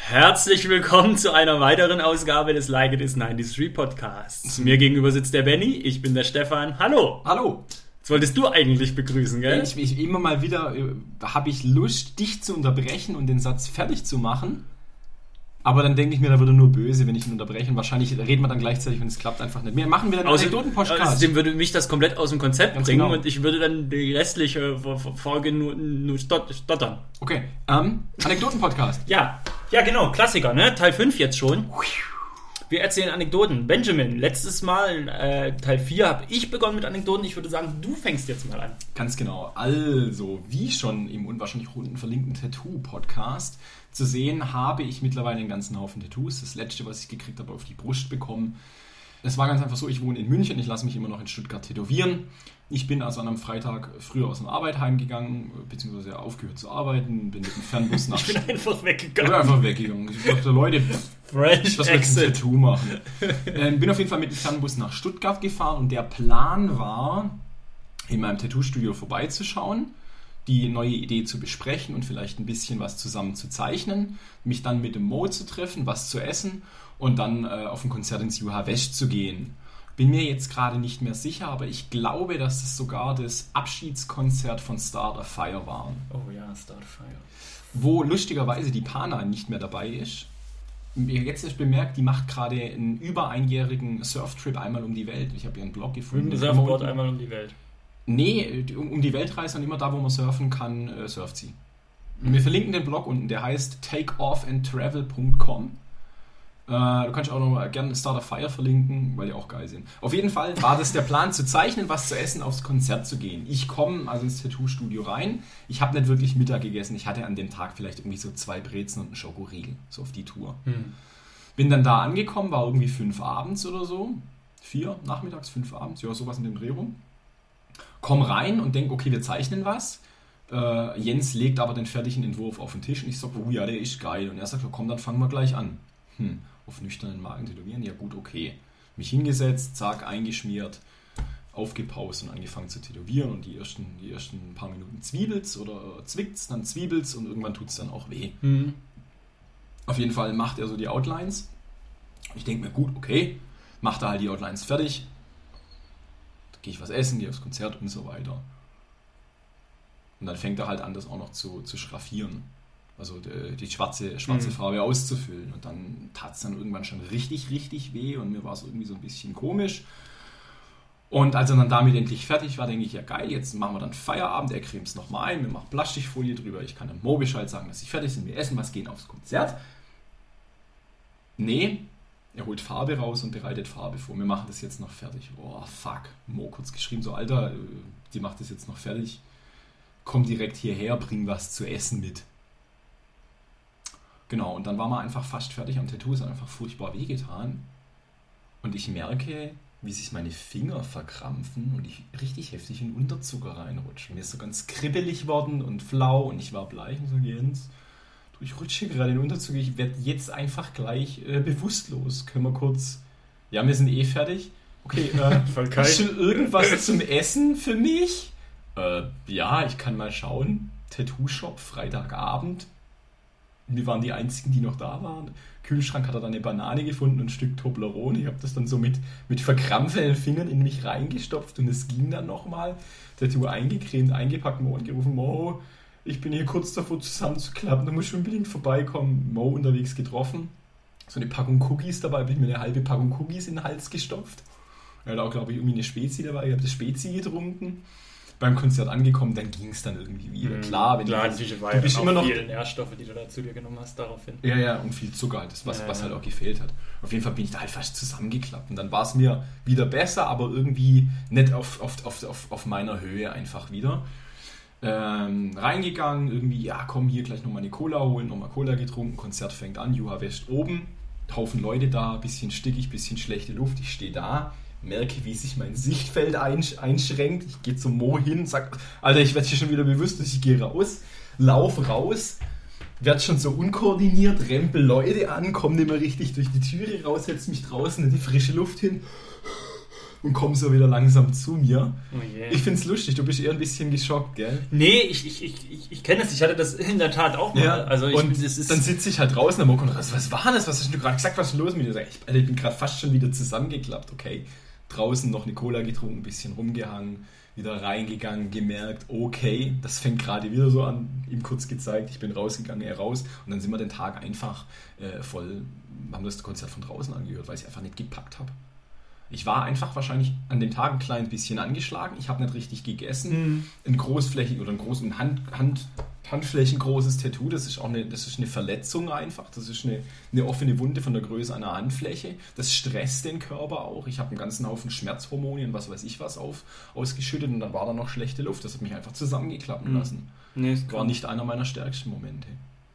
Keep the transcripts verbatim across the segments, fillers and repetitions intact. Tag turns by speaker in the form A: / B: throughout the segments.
A: Herzlich willkommen zu einer weiteren Ausgabe des Like It Is neunundneunzig Podcasts. Mir gegenüber sitzt der Benny, ich bin der Stefan. Hallo!
B: Hallo!
A: Das wolltest du eigentlich begrüßen, gell?
B: Ich, ich, immer mal wieder äh, habe ich Lust, dich zu unterbrechen und den Satz fertig zu machen. Aber dann denke ich mir, da würde nur böse, wenn ich ihn unterbreche. Und wahrscheinlich reden wir dann gleichzeitig und es klappt einfach nicht mehr. Machen wir dann einen Anekdoten-Podcast.
A: Außerdem würde mich das komplett aus dem Konzept
B: Ganz
A: bringen
B: genau.
A: und ich würde dann die restliche Folge nur, nur stot- stottern.
B: Okay, ähm, Anekdoten-Podcast.
A: Ja, ja genau, Klassiker, ne? Teil fünf jetzt schon. Wir erzählen Anekdoten. Benjamin, letztes Mal, äh, Teil vier, habe ich begonnen mit Anekdoten. Ich würde sagen, du fängst jetzt mal an.
B: Ganz genau. Also, wie schon im unwahrscheinlich unten verlinkten Tattoo-Podcast zu sehen, habe ich mittlerweile einen ganzen Haufen Tattoos. Das letzte, was ich gekriegt habe, auf die Brust bekommen. Es war ganz einfach so, ich wohne in München, ich lasse mich immer noch in Stuttgart tätowieren. Ich bin also an einem Freitag früher aus der Arbeit heimgegangen, beziehungsweise aufgehört zu arbeiten, bin mit dem Fernbus nach...
A: Ich bin einfach weggegangen.
B: Oder einfach weggegangen. Ich dachte, Leute,
A: Fresh
B: was willst du ein Tattoo machen? ähm, bin auf jeden Fall mit dem Fernbus nach Stuttgart gefahren und der Plan war, in meinem Tattoo-Studio vorbeizuschauen, die neue Idee zu besprechen und vielleicht ein bisschen was zusammen zu zeichnen, mich dann mit dem Mo zu treffen, was zu essen und dann äh, auf ein Konzert ins Juha West zu gehen. Bin mir jetzt gerade nicht mehr sicher, aber ich glaube, dass es sogar das Abschiedskonzert von Start a Fire war.
A: Oh ja, Start a Fire.
B: Wo lustigerweise die Pana nicht mehr dabei ist. Jetzt erst bemerkt, die macht gerade einen über einjährigen Surftrip einmal um die Welt. Ich habe ihren Blog gefunden.
A: Ein Surfboard einmal um die Welt.
B: Nee, um, um die Welt reisen und immer da, wo man surfen kann, äh, surft sie. Mhm. Wir verlinken den Blog unten, der heißt take off and travel dot com. Äh, du kannst auch noch mal gerne Start a Fire verlinken, weil die auch geil sind. Auf jeden Fall war das der Plan, zu zeichnen, was zu essen, aufs Konzert zu gehen. Ich komme also ins Tattoo-Studio rein. Ich habe nicht wirklich Mittag gegessen. Ich hatte an dem Tag vielleicht irgendwie so zwei Brezen und einen Schokoriegel, so auf die Tour. Mhm. Bin dann da angekommen, war irgendwie fünf abends oder so. Vier nachmittags, fünf abends, ja, sowas in dem Dreh rum. Komm rein und denk, okay, wir zeichnen was. Äh, Jens legt aber den fertigen Entwurf auf den Tisch und ich sage, oh ja, der ist geil. Und er sagt, komm, dann fangen wir gleich an. Hm, auf nüchternen Magen tätowieren? Ja gut, okay. Mich hingesetzt, zack, eingeschmiert, aufgepaust und angefangen zu tätowieren und die ersten, die ersten paar Minuten zwiebelt's oder zwickt's, dann zwiebelt's und irgendwann tut's dann auch weh. Mhm. Auf jeden Fall macht er so die Outlines. Ich denke mir, gut, okay, macht er halt die Outlines fertig. Gehe ich was essen, gehe aufs Konzert und so weiter. Und dann fängt er halt an, das auch noch zu, zu schraffieren. Also die, die schwarze, schwarze mhm. Farbe auszufüllen. Und dann tat es dann irgendwann schon richtig, richtig weh und mir war es irgendwie so ein bisschen komisch. Und als er dann damit endlich fertig war, denke ich, ja geil, jetzt machen wir dann Feierabend, er cremt es nochmal ein, wir machen Plastikfolie drüber, ich kann dem Mo Bescheid sagen, dass ich fertig bin, wir essen was, gehen aufs Konzert. Nee, er holt Farbe raus und bereitet Farbe vor. Wir machen das jetzt noch fertig. Oh, fuck. Mo kurz geschrieben, so, Alter, die macht das jetzt noch fertig. Komm direkt hierher, bring was zu essen mit. Genau, und dann waren wir einfach fast fertig am Tattoo. Es hat einfach furchtbar wehgetan. Und ich merke, wie sich meine Finger verkrampfen und ich richtig heftig in Unterzucker reinrutsche. Mir ist so ganz kribbelig worden und flau und ich war bleich und so, Jens, ich rutsche gerade in den Unterzug, ich werde jetzt einfach gleich äh, bewusstlos. Können wir kurz... Ja, wir sind eh fertig. Okay, äh, hast du irgendwas zum Essen für mich? Äh, ja, ich kann mal schauen. Tattoo-Shop, Freitagabend. Wir waren die Einzigen, die noch da waren. Kühlschrank hat er dann eine Banane gefunden und ein Stück Toblerone. Ich habe das dann so mit, mit verkrampfenden Fingern in mich reingestopft und es ging dann nochmal. Tattoo eingecremt, eingepackt, Mo und gerufen, Mo, ich bin hier kurz davor zusammenzuklappen, da muss ich unbedingt vorbeikommen. Mo unterwegs getroffen. So eine Packung Cookies dabei, habe ich mir eine halbe Packung Cookies in den Hals gestopft. Er hat auch, glaube ich, irgendwie eine Spezi dabei. Ich habe das Spezi getrunken. Beim Konzert angekommen, dann ging es dann irgendwie wieder.
A: Mhm.
B: Klar, wenn
A: Klar,
B: du,
A: du,
B: du bist immer noch...
A: viele Nährstoffe, die du da zu dir genommen hast, daraufhin.
B: Ja, ja, und viel Zucker halt, das, was,
A: ja,
B: was halt
A: ja.
B: auch gefehlt hat. Auf jeden Fall bin ich da halt fast zusammengeklappt. Und dann war es mir wieder besser, aber irgendwie nicht auf, auf, auf, auf, auf meiner Höhe einfach wieder. Ähm, reingegangen, irgendwie, ja komm, hier gleich nochmal eine Cola holen, nochmal Cola getrunken, Konzert fängt an, Juha West oben, Haufen Leute da, bisschen stickig, bisschen schlechte Luft, ich stehe da, merke, wie sich mein Sichtfeld einsch- einschränkt, ich gehe zum Mo hin, sag, Alter, ich werde hier schon wieder bewusst, ich gehe raus, lauf raus, werde schon so unkoordiniert, rempel Leute an, komme nicht mehr richtig durch die Türe raus, setze mich draußen in die frische Luft hin, und komme so wieder langsam zu mir.
A: Oh yeah.
B: Ich find's lustig, du bist eher ein bisschen geschockt, gell?
A: Nee, ich, ich, ich, ich, ich kenne das, ich hatte das in der Tat auch mal.
B: Ja,
A: also ich,
B: und
A: das ist
B: dann sitze ich halt draußen am Morgen und was, was war das? Was hast du gerade gesagt? Was ist denn los mit dir? Ich, Alter, ich bin gerade fast schon wieder zusammengeklappt, okay. Draußen noch eine Cola getrunken, ein bisschen rumgehangen, wieder reingegangen, gemerkt, okay, das fängt gerade wieder so an, ihm kurz gezeigt, ich bin rausgegangen, er raus und dann sind wir den Tag einfach äh, voll, haben das Konzert von draußen angehört, weil ich einfach nicht gepackt habe. Ich war einfach wahrscheinlich an dem Tag ein klein bisschen angeschlagen, ich habe nicht richtig gegessen, mhm. ein großflächig oder ein groß, ein Hand, Hand, handflächengroßes Tattoo, das ist auch eine, das ist eine Verletzung einfach, das ist eine, eine offene Wunde von der Größe einer Handfläche, das stresst den Körper auch, ich habe einen ganzen Haufen Schmerzhormone und was weiß ich was auf, ausgeschüttet und dann war da noch schlechte Luft, das hat mich einfach zusammengeklappen mhm. lassen. Nee, war nicht einer meiner stärksten Momente.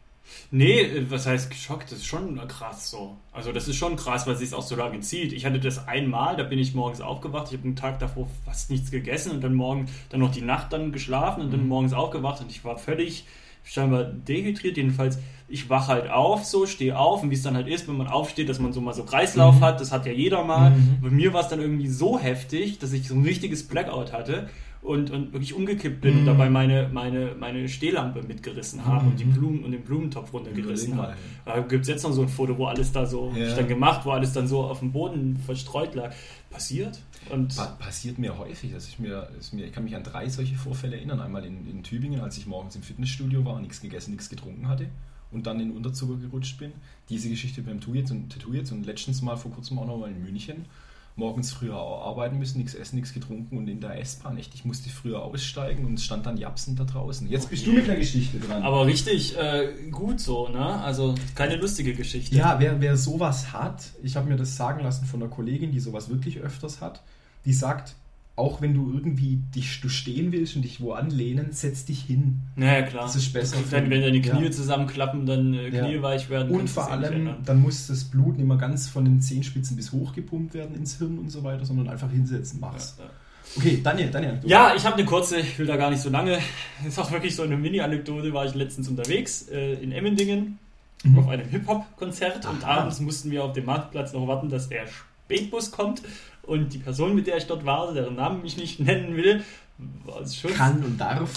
A: Nee, was heißt geschockt? Das ist schon krass so. Also das ist schon krass, weil es sich auch so lange zieht. Ich hatte das einmal, da bin ich morgens aufgewacht, ich habe einen Tag davor fast nichts gegessen und dann morgen, dann noch die Nacht dann geschlafen und dann morgens aufgewacht und ich war völlig scheinbar dehydriert. Jedenfalls, ich wache halt auf, so, stehe auf und wie es dann halt ist, wenn man aufsteht, dass man so mal so Kreislauf mhm. hat, das hat ja jeder mal. Mhm. Bei mir war es dann irgendwie so heftig, dass ich so ein richtiges Blackout hatte. Und, und wirklich umgekippt bin mm. und dabei meine, meine, meine Stehlampe mitgerissen habe mm. und die Blumen und den Blumentopf runtergerissen habe. Da gibt es jetzt noch so ein Foto, wo alles da so, ja. ich dann gemacht, wo alles dann so auf dem Boden verstreut lag. Passiert. Und
B: pa- passiert mir häufig. Das ist mir, ist mir, ich kann mich an drei solche Vorfälle erinnern. Einmal in, in Tübingen, als ich morgens im Fitnessstudio war, nichts gegessen, nichts getrunken hatte und dann in Unterzucker gerutscht bin. Diese Geschichte beim Tattoo jetzt und Tattoo jetzt und letztens mal vor kurzem auch noch mal in München. Morgens früher arbeiten müssen, nichts essen, nichts getrunken und in der S-Bahn echt. Ich musste früher aussteigen und es stand dann Japsen da draußen. Jetzt bist du mit der Geschichte dran.
A: Aber richtig äh, gut so, ne? Also keine lustige Geschichte.
B: Ja, wer, wer sowas hat, ich habe mir das sagen lassen von einer Kollegin, die sowas wirklich öfters hat, die sagt, auch wenn du irgendwie dich, du stehen willst und dich wo anlehnen, setz dich hin.
A: Naja, klar.
B: Das ist besser.
A: Dann, wenn deine Knie ja. zusammenklappen, dann äh, Knie ja. weich werden.
B: Und vor allem, dann muss das Blut nicht mehr ganz von den Zehenspitzen bis hoch gepumpt werden ins Hirn und so weiter, sondern einfach hinsetzen, mach's. Ja, ja. Okay, Daniel, Daniel.
A: Ja, ich habe eine kurze, ich will da gar nicht so lange. Das ist auch wirklich so eine Mini-Anekdote, war ich letztens unterwegs äh, in Emmendingen mhm. auf einem Hip-Hop-Konzert und abends mussten wir auf dem Marktplatz noch warten, dass der Spätbus kommt. Und die Person, mit der ich dort war, deren Namen ich nicht nennen will, aus Schutz,
B: kann und darf,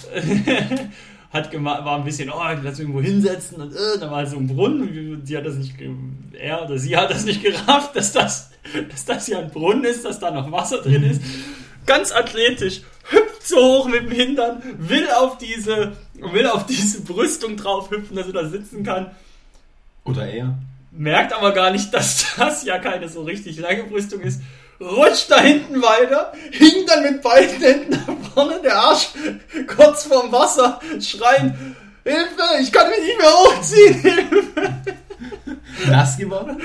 A: hat gema- war ein bisschen, oh, lass mich irgendwo hinsetzen und äh, da war so ein Brunnen. Die hat das nicht, er oder sie hat das nicht gerafft, dass das, dass das hier ein Brunnen ist, dass da noch Wasser drin ist. Ganz athletisch, hüpft so hoch mit dem Hintern, will auf diese, will auf diese Brüstung drauf hüpfen, dass er da sitzen kann.
B: Oder er.
A: Merkt aber gar nicht, dass das ja keine so richtig lange Brüstung ist. Rutscht da hinten weiter, hing dann mit beiden Händen nach vorne, der Arsch kurz vorm Wasser, schreien, Hilfe, ich kann mich nicht mehr hochziehen, Hilfe.
B: Nass geworden?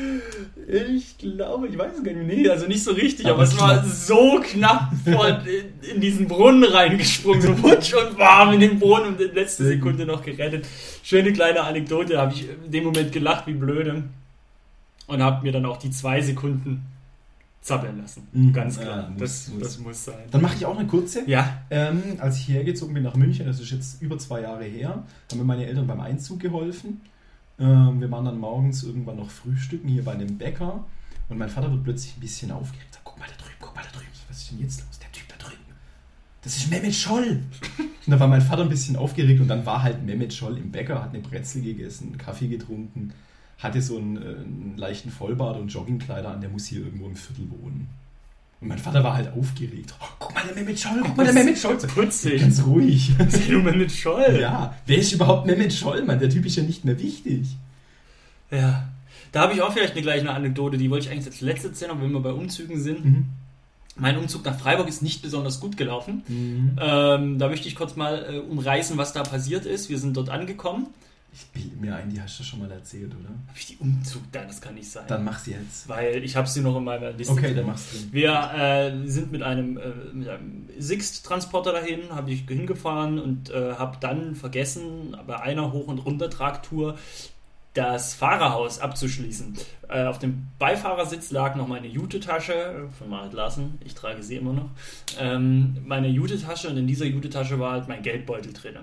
A: Ich glaube, ich weiß es gar nicht, nee, also nicht so richtig, aber, aber es war so knapp von in, in diesen Brunnen reingesprungen, so rutsch und warm in den Brunnen und in letzter Sekunde noch gerettet. Schöne kleine Anekdote, habe ich in dem Moment gelacht wie blöde und habe mir dann auch die zwei Sekunden zappeln lassen. Mhm. Ganz klar. Ja, muss, das, muss. das muss sein.
B: Dann mache ich auch eine kurze.
A: Ja.
B: Ähm, als ich hergezogen bin nach München, das ist jetzt über zwei Jahre her, haben mir meine Eltern beim Einzug geholfen. Ähm, wir waren dann morgens irgendwann noch frühstücken hier bei einem Bäcker und mein Vater wird plötzlich ein bisschen aufgeregt. Sagt, guck mal da drüben, guck mal da drüben. Was ist denn jetzt los? Der Typ da drüben. Das ist Mehmet Scholl. Und da war mein Vater ein bisschen aufgeregt und dann war halt Mehmet Scholl im Bäcker, hat eine Brezel gegessen, einen Kaffee getrunken, hatte so einen, einen leichten Vollbart und Joggingkleider an, der muss hier irgendwo im Viertel wohnen. Und mein Vater war halt aufgeregt. Oh, guck mal, der Mehmet Scholl, guck mal, der Mehmet Scholl.
A: Putzig.
B: Ganz ruhig.
A: Das ist nur Mehmet Scholl.
B: Ja, wer ist überhaupt Mehmet Scholl, Mann? Der Typ ist ja nicht mehr wichtig.
A: Ja, da habe ich auch vielleicht eine gleiche Anekdote, die wollte ich eigentlich als letzte erzählen, aber wenn wir bei Umzügen sind. Mhm. Mein Umzug nach Freiburg ist nicht besonders gut gelaufen. Mhm. Ähm, da möchte ich kurz mal äh, umreißen, was da passiert ist. Wir sind dort angekommen.
B: Ich bilde mir ein, die hast du schon mal erzählt, oder?
A: Habe ich die Umzug? Nein, das kann nicht sein.
B: Dann mach sie jetzt.
A: Weil ich habe sie noch in meiner Liste.
B: Okay, dann machst du.
A: Wir äh, sind mit einem, äh, mit einem Sixt-Transporter dahin, habe ich hingefahren und äh, habe dann vergessen, bei einer Hoch- und Runtertragtour das Fahrerhaus abzuschließen. Äh, auf dem Beifahrersitz lag noch meine Jute-Tasche von Marit Larsen. Ich trage sie immer noch. Ähm, meine Jute-Tasche und in dieser Jute-Tasche war halt mein Geldbeutel drin.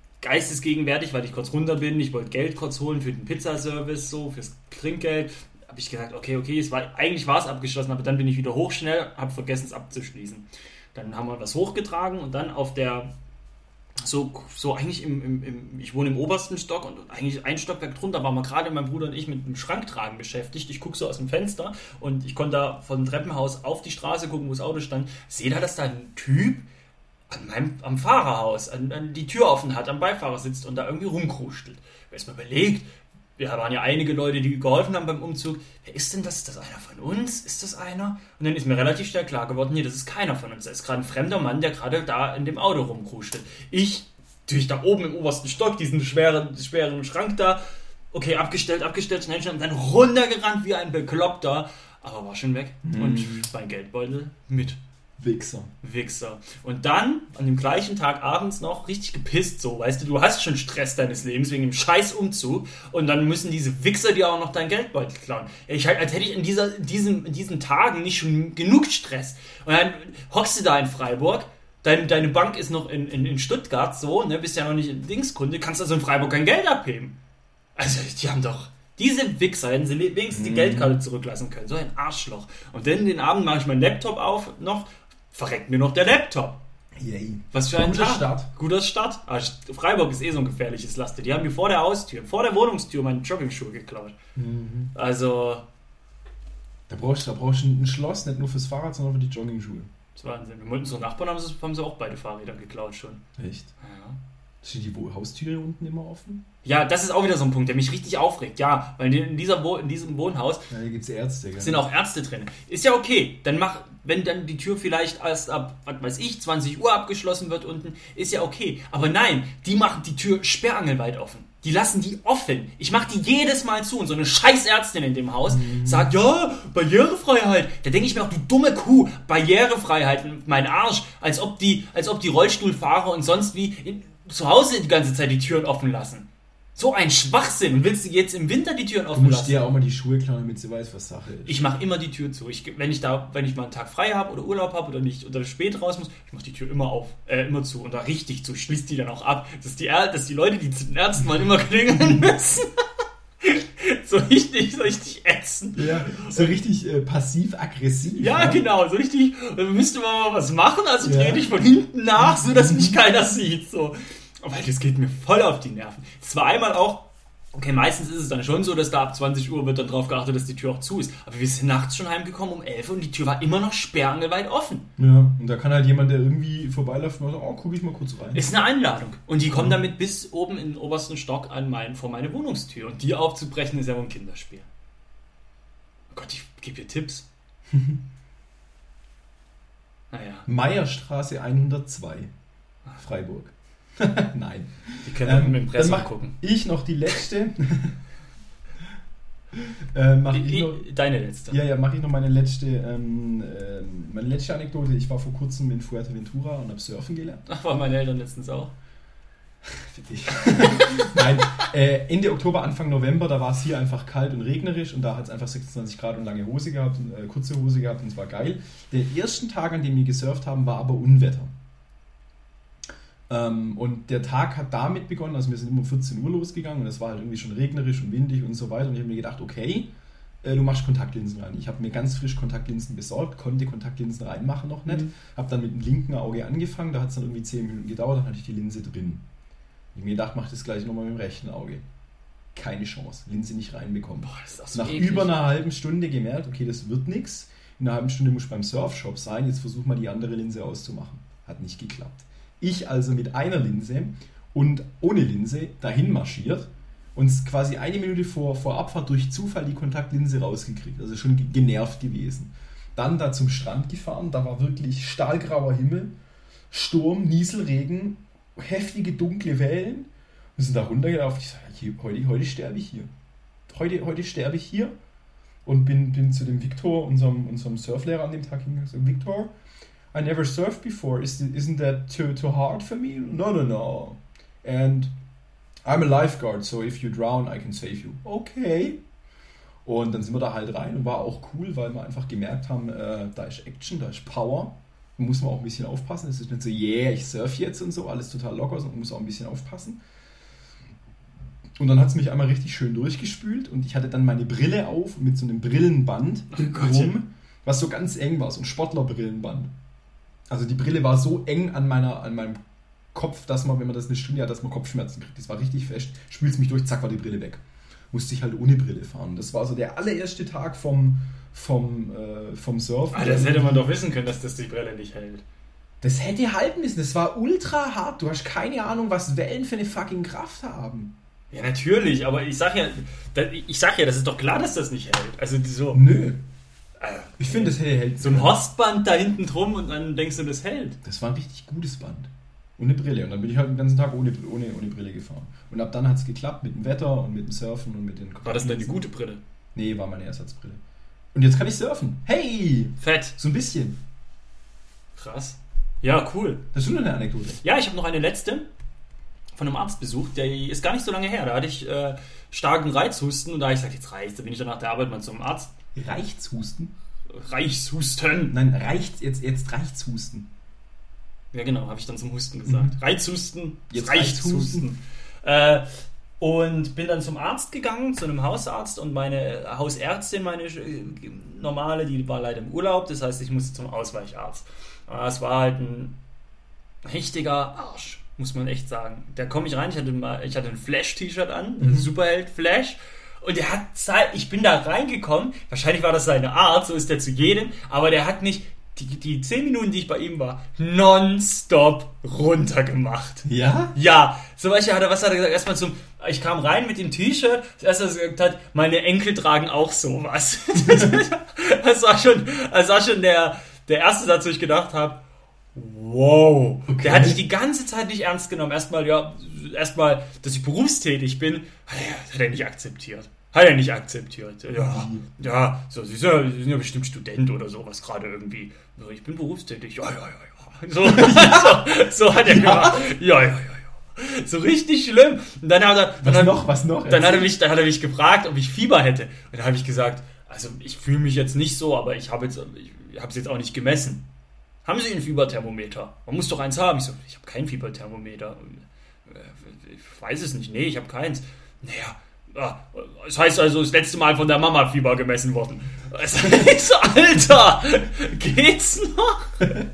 A: Geistesgegenwärtig, weil ich kurz runter bin. Ich wollte Geld kurz holen für den Pizzaservice, so fürs Trinkgeld. habe ich gesagt, okay, okay, es war, eigentlich war es abgeschlossen, aber dann bin ich wieder hochschnell, habe vergessen es abzuschließen. Dann haben wir was hochgetragen und dann auf der, so, so eigentlich im, im, im, ich wohne im obersten Stock und eigentlich ein Stockwerk drunter waren wir gerade, mein Bruder und ich, mit dem Schranktragen beschäftigt. Ich gucke so aus dem Fenster und ich konnte da vom Treppenhaus auf die Straße gucken, wo das Auto stand. Sehe da, dass da ein Typ an meinem, am Fahrerhaus an, an die Tür offen hat, am Beifahrer sitzt und da irgendwie rumkruschtelt. Ich habe erstmal überlegt, wir waren ja einige Leute, die geholfen haben beim Umzug. Wer ist denn das? Ist das einer von uns? Ist das einer? Und dann ist mir relativ schnell klar geworden, nee, das ist keiner von uns. Das ist gerade ein fremder Mann, der gerade da in dem Auto rumkruschtelt. Ich, natürlich da oben im obersten Stock, diesen schweren, schweren Schrank da, okay, abgestellt, abgestellt, schnell, schnell, und dann runtergerannt wie ein Bekloppter, aber war schon weg. Mhm. Und mein Geldbeutel mit.
B: Wichser.
A: Wichser. Und dann, an dem gleichen Tag abends noch, richtig gepisst, so, weißt du, du hast schon Stress deines Lebens wegen dem scheiß Umzug und dann müssen diese Wichser dir auch noch dein Geldbeutel klauen. Ich, als hätte ich in, dieser, in, diesen, in diesen Tagen nicht schon genug Stress. Und dann hockst du da in Freiburg, dein, deine Bank ist noch in, in, in Stuttgart, so, ne, bist ja noch nicht in Dingskunde, kannst also in Freiburg kein Geld abheben. Also, die haben doch... Diese Wichser hätten sie wenigstens die Geldkarte zurücklassen können. So ein Arschloch. Und dann den Abend mache ich meinen Laptop auf noch, verreckt mir noch der Laptop.
B: Yay.
A: Was für ein
B: Guter
A: Tag.
B: Start.
A: Guter Start. Aber Freiburg ist eh so ein gefährliches Laster. Die haben mir vor der Haustür, vor der Wohnungstür meine Joggingschuhe geklaut.
B: Mhm.
A: Also...
B: Da brauchst du da brauchst ein Schloss, nicht nur fürs Fahrrad, sondern für die Joggingschuhe.
A: Das war Wahnsinn. Wir wollten so Nachbarn, haben sie, haben sie auch beide Fahrräder geklaut schon.
B: Echt?
A: Ja.
B: Steht die Haustüre unten immer offen?
A: Ja, das ist auch wieder so ein Punkt, der mich richtig aufregt. Ja, weil in, dieser Wo- in diesem Wohnhaus
B: ja, hier gibt es Ärzte. Gell?
A: Sind auch Ärzte drin. Ist ja okay. Dann mach, wenn dann die Tür vielleicht erst ab, was weiß ich, zwanzig Uhr abgeschlossen wird unten, ist ja okay. Aber nein, die machen die Tür sperrangelweit offen. Die lassen die offen. Ich mach die jedes Mal zu. Und so eine scheiß Ärztin in dem Haus mhm. sagt, ja, Barrierefreiheit. Da denke ich mir auch, du dumme Kuh, Barrierefreiheit, mein Arsch. Als ob die, als ob die Rollstuhlfahrer und sonst wie in, zu Hause die ganze Zeit die Türen offen lassen. So ein Schwachsinn. Und willst du jetzt im Winter die Türen offen lassen?
B: Du musst dir ja auch mal die Schuhe klauen, damit sie weiß, was Sache ist.
A: Ich mache immer die Tür zu. Ich, wenn ich da, wenn ich mal einen Tag frei habe oder Urlaub habe oder nicht oder spät raus muss, ich mache die Tür immer auf, äh, immer zu und da richtig zu. Ich schließe die dann auch ab. Dass die, dass die Leute, die zu den Ärzten mal immer klingeln müssen. So richtig, so richtig ätzend.
B: Ja, so richtig äh, passiv-aggressiv.
A: Ja,
B: ne?
A: genau, so richtig, dann müsste man mal was machen, also
B: ja.
A: drehe ich von hinten nach, so dass mich keiner sieht. So. Weil das geht mir voll auf die Nerven. Es war einmal auch, okay, meistens ist es dann schon so, dass da ab zwanzig Uhr wird dann drauf geachtet, dass die Tür auch zu ist. Aber wir sind nachts schon heimgekommen um elf und die Tür war immer noch sperrangelweit offen.
B: Ja, und da kann halt jemand, der irgendwie vorbeiläuft, mal so, oh, guck ich mal kurz rein.
A: Ist eine Einladung. Und die kommen damit bis oben in den obersten Stock an mein, vor meine Wohnungstür. Und die aufzubrechen ist ja wohl ein Kinderspiel. Oh Gott, ich gebe dir Tipps. Naja.
B: Meierstraße hundertzwei, Freiburg. Nein.
A: Die können ähm, mit dem Impressum
B: dann mach
A: gucken.
B: Ich noch die letzte. äh, mach ich
A: ich,
B: noch,
A: deine letzte.
B: Ja, ja, mache ich noch meine letzte, ähm, äh, meine letzte Anekdote. Ich war vor kurzem in Fuerteventura und habe surfen gelernt.
A: Ach, waren meine Eltern letztens auch?
B: Für dich. Nein, äh, Ende Oktober, Anfang November, da war es hier einfach kalt und regnerisch und da hat es einfach sechsundzwanzig Grad und lange Hose gehabt, und, äh, kurze Hose gehabt und es war geil. Den ersten Tag, an dem wir gesurft haben, war aber Unwetter. Ähm, und der Tag hat damit begonnen, also wir sind immer um vierzehn Uhr losgegangen und es war halt irgendwie schon regnerisch und windig und so weiter und ich habe mir gedacht, okay, äh, du machst Kontaktlinsen rein. Ich habe mir ganz frisch Kontaktlinsen besorgt, konnte Kontaktlinsen reinmachen noch nicht, mhm. habe dann mit dem linken Auge angefangen, da hat es dann irgendwie zehn Minuten gedauert, dann hatte ich die Linse drin. Ich habe mir gedacht, mach das gleich nochmal mit dem rechten Auge. Keine Chance, Linse nicht reinbekommen. Boah, das ist auch so Nach eklig. Über einer halben Stunde gemerkt, okay, das wird nichts. In einer halben Stunde muss ich beim Surfshop sein, jetzt versuch mal die andere Linse auszumachen. Hat nicht geklappt. Ich also mit einer Linse und ohne Linse dahin marschiert und quasi eine Minute vor, vor Abfahrt durch Zufall die Kontaktlinse rausgekriegt. Also schon genervt gewesen. Dann da zum Strand gefahren, da war wirklich stahlgrauer Himmel, Sturm, Nieselregen, heftige dunkle Wellen. Wir sind da runtergelaufen. Ich sage, hier, heute, heute sterbe ich hier. Heute, heute sterbe ich hier. Und bin, bin zu dem Victor, unserem, unserem Surflehrer an dem Tag hingegangen und gesagt, Victor, I never surfed before. Is, isn't that too, too hard for me? No, no, no. And I'm a lifeguard, so if you drown, I can save you. Okay. Und dann sind wir da halt rein und war auch cool, weil wir einfach gemerkt haben, äh, da ist Action, da ist Power. Da muss man auch ein bisschen aufpassen. Es ist nicht so, yeah, ich surf jetzt und so, alles total locker, sondern man muss auch ein bisschen aufpassen. Und dann hat es mich einmal richtig schön durchgespült und ich hatte dann meine Brille auf mit so einem Brillenband rum, was so ganz eng war, so ein Sportlerbrillenband. Also die Brille war so eng an, meiner, an meinem Kopf, dass man, wenn man das eine Stunde hat, dass man Kopfschmerzen kriegt. Das war richtig fest. Spült es mich durch, zack, war die Brille weg. Musste ich halt ohne Brille fahren. Das war so der allererste Tag vom, vom, äh, vom Surfen.
A: Ah, das hätte man doch wissen können, dass das die Brille nicht hält.
B: Das hätte halten müssen. Das war ultra hart. Du hast keine Ahnung, was Wellen für eine fucking Kraft haben.
A: Ja, natürlich, aber ich sag ja, ich sag ja, das ist doch klar, dass das nicht hält. Also so.
B: Nö.
A: Äh,
B: ich finde, das hält.
A: So ein Horstband da hinten drum und dann denkst du, das hält.
B: Das war ein richtig gutes Band. Und eine Brille. Und dann bin ich halt den ganzen Tag ohne, ohne, ohne Brille gefahren. Und ab dann hat es geklappt mit dem Wetter und mit dem Surfen und mit den...
A: War das denn die gute Brille?
B: Nee, war meine Ersatzbrille. Und jetzt kann ich surfen. Hey!
A: Fett.
B: So ein bisschen.
A: Krass. Ja, cool.
B: Das ist schon eine Anekdote.
A: Ja, ich habe noch eine letzte von einem Arztbesuch. Der ist gar nicht so lange her. Da hatte ich äh, starken Reizhusten und da habe ich gesagt, jetzt reicht's. Da bin ich dann nach der Arbeit mal zum Arzt.
B: Reichshusten?
A: Reichshusten.
B: Nein, reicht, jetzt, jetzt reicht's Husten.
A: Ja, genau, habe ich dann zum Husten gesagt. Mhm. Reizhusten,
B: jetzt
A: Reichshusten. Äh, und bin dann zum Arzt gegangen, zu einem Hausarzt und meine Hausärztin, meine äh, normale, die war leider im Urlaub, das heißt, ich musste zum Ausweicharzt. Aber es war halt ein richtiger Arsch, muss man echt sagen. Da komme ich rein, ich hatte, mal, ich hatte ein Flash-T-Shirt an, mhm. Superheld Flash. Und der hat Zeit, ich bin da reingekommen, wahrscheinlich war das seine Art, so ist der zu jedem, aber der hat mich die, die zehn Minuten, die ich bei ihm war, nonstop runtergemacht.
B: Ja?
A: Ja. Zum Beispiel hat er, was hat er gesagt? Erstmal zum, ich kam rein mit dem T-Shirt, das erste, was er gesagt hat, meine Enkel tragen auch sowas. Das war schon, das war schon der, der erste Satz, wo ich gedacht habe, wow. Okay. Der hat sich die ganze Zeit nicht ernst genommen. Erstmal, ja, erstmal, dass ich berufstätig bin, hat er nicht akzeptiert. Hat er nicht akzeptiert. Ja, ja, so, Sie sind ja, Sie sind ja bestimmt Student oder sowas gerade irgendwie. So, ich bin berufstätig. Ja, ja, ja, ja. So, so, so hat er gemacht. Ja, ja, ja, ja. So richtig schlimm. Und dann hat er, dann
B: was
A: hat,
B: noch, was noch?
A: Dann hat er mich, dann hat er mich gefragt, ob ich Fieber hätte. Und dann habe ich gesagt, also ich fühle mich jetzt nicht so, aber ich habe jetzt, ich habe es jetzt auch nicht gemessen. Haben Sie ein Fieberthermometer? Man muss doch eins haben. Ich so, ich habe kein Fieberthermometer. Ich weiß es nicht. Nee, ich habe keins. Naja, das heißt also, das letzte Mal von der Mama Fieber gemessen worden. Ich so, Alter, geht's noch?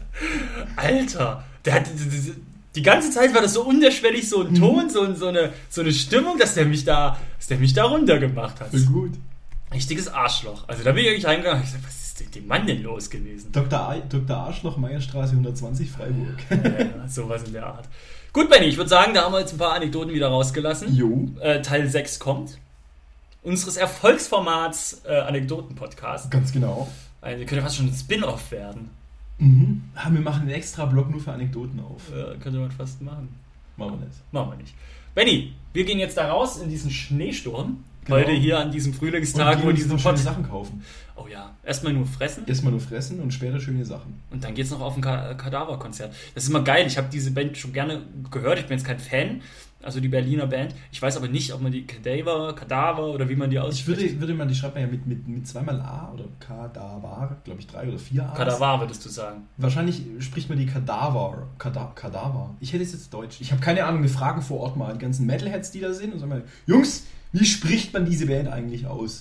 A: Alter, der hat, die ganze Zeit war das so unterschwellig, so ein Ton, so, so, eine, so eine Stimmung, dass der mich da, dass der mich da runtergemacht hat.
B: Voll gut.
A: Richtiges Arschloch. Also da bin ich eigentlich reingegangen. Ich sag, was ist denn dem Mann denn los gewesen?
B: Doktor A- Doktor Arschloch, Meierstraße hundertzwanzig, Freiburg.
A: Ja, ja, sowas in der Art. Gut, Benni, ich würde sagen, da haben wir jetzt ein paar Anekdoten wieder rausgelassen.
B: Jo.
A: Äh, Teil sechs kommt. Unseres Erfolgsformats äh, Anekdoten-Podcast.
B: Ganz genau.
A: Also, könnte fast schon ein Spin-Off werden.
B: Mhm. Ah, wir machen einen extra Blog nur für Anekdoten auf.
A: Äh, könnte man fast machen.
B: Machen wir nicht.
A: Machen wir nicht. Benni, wir gehen jetzt da raus in diesen Schneesturm.
B: Genau.
A: Heute hier an diesem Frühlingstag, wo diese
B: schöne Sachen kaufen.
A: Oh ja, erstmal nur fressen.
B: Erstmal nur fressen und später schöne Sachen.
A: Und dann geht's noch auf ein Ka- Kadaver-Konzert. Das ist immer geil. Ich habe diese Band schon gerne gehört. Ich bin jetzt kein Fan, also die Berliner Band. Ich weiß aber nicht, ob man die Kadaver, Kadaver oder wie man die ausspricht.
B: Ich würde, würde man, die schreibt man ja mit, mit, mit zweimal A oder Kadaver, glaube ich, drei oder vier A's.
A: Kadaver würdest du sagen.
B: Wahrscheinlich spricht man die Kadaver. Kada- Kadaver. Ich hätte es jetzt Deutsch. Ich habe keine Ahnung, wir fragen vor Ort mal die ganzen Metalheads, die da sind und sagen mal, Jungs, wie spricht man diese Band eigentlich aus?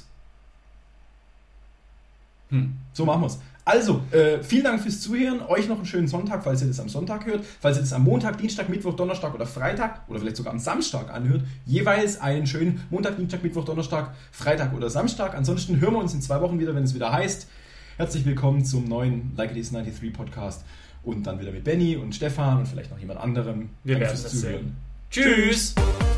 A: Hm.
B: So machen wir es. Also, äh, vielen Dank fürs Zuhören. Euch noch einen schönen Sonntag, falls ihr das am Sonntag hört. Falls ihr das am Montag, Dienstag, Mittwoch, Donnerstag oder Freitag oder vielleicht sogar am Samstag anhört, jeweils einen schönen Montag, Dienstag, Mittwoch, Donnerstag, Freitag oder Samstag. Ansonsten hören wir uns in zwei Wochen wieder, wenn es wieder heißt. Herzlich willkommen zum neuen Like It Is dreiundneunzig Podcast. Und dann wieder mit Benni und Stefan und vielleicht noch jemand anderem.
A: Wir
B: Danke
A: werden
B: fürs
A: das
B: Zuhören.
A: sehen. Tschüss!